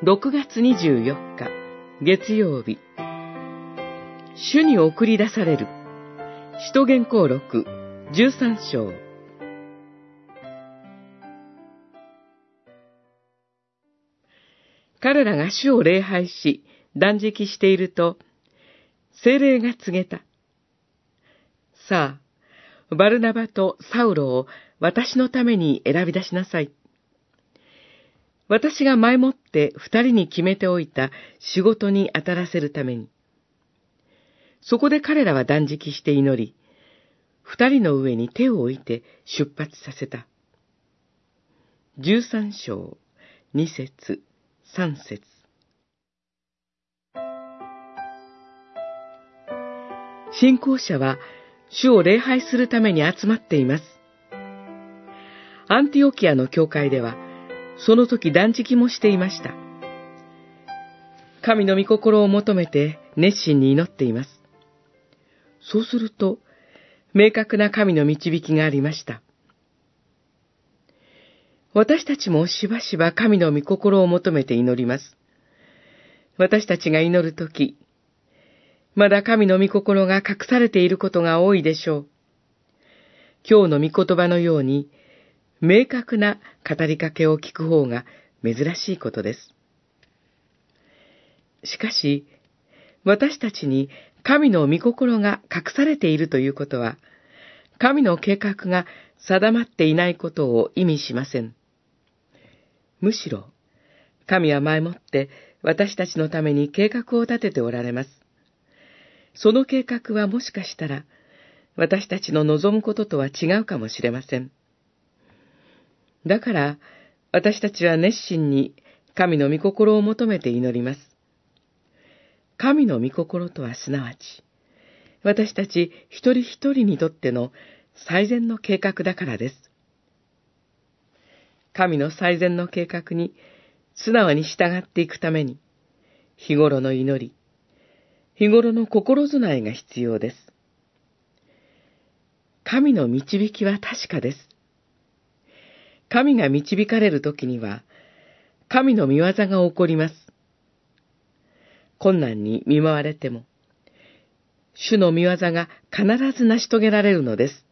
6月24日月曜日、主に送り出される使徒言行録13章。彼らが主を礼拝し断食していると、聖霊が告げた。さあ、バルナバとサウロを私のために選び出しなさい。私が前もって二人に決めておいた仕事に当たらせるために。そこで彼らは断食して祈り、二人の上に手を置いて出発させた。13章、2節、3節。信仰者は主を礼拝するために集まっています。アンティオキアの教会では、その時断食もしていました。神の御心を求めて熱心に祈っています。そうすると、明確な神の導きがありました。私たちもしばしば神の御心を求めて祈ります。私たちが祈るとき、まだ神の御心が隠されていることが多いでしょう。今日の御言葉のように、明確な語りかけを聞く方が珍しいことです。しかし、私たちに神の御心が隠されているということは、神の計画が定まっていないことを意味しません。むしろ、神は前もって私たちのために計画を立てておられます。その計画はもしかしたら、私たちの望むこととは違うかもしれません。だから、私たちは熱心に神の御心を求めて祈ります。神の御心とはすなわち、私たち一人一人にとっての最善の計画だからです。神の最善の計画に素直に従っていくために、日頃の祈り、日頃の心備えが必要です。神の導きは確かです。神が導かれるときには、神の御業が起こります。困難に見舞われても、主の御業が必ず成し遂げられるのです。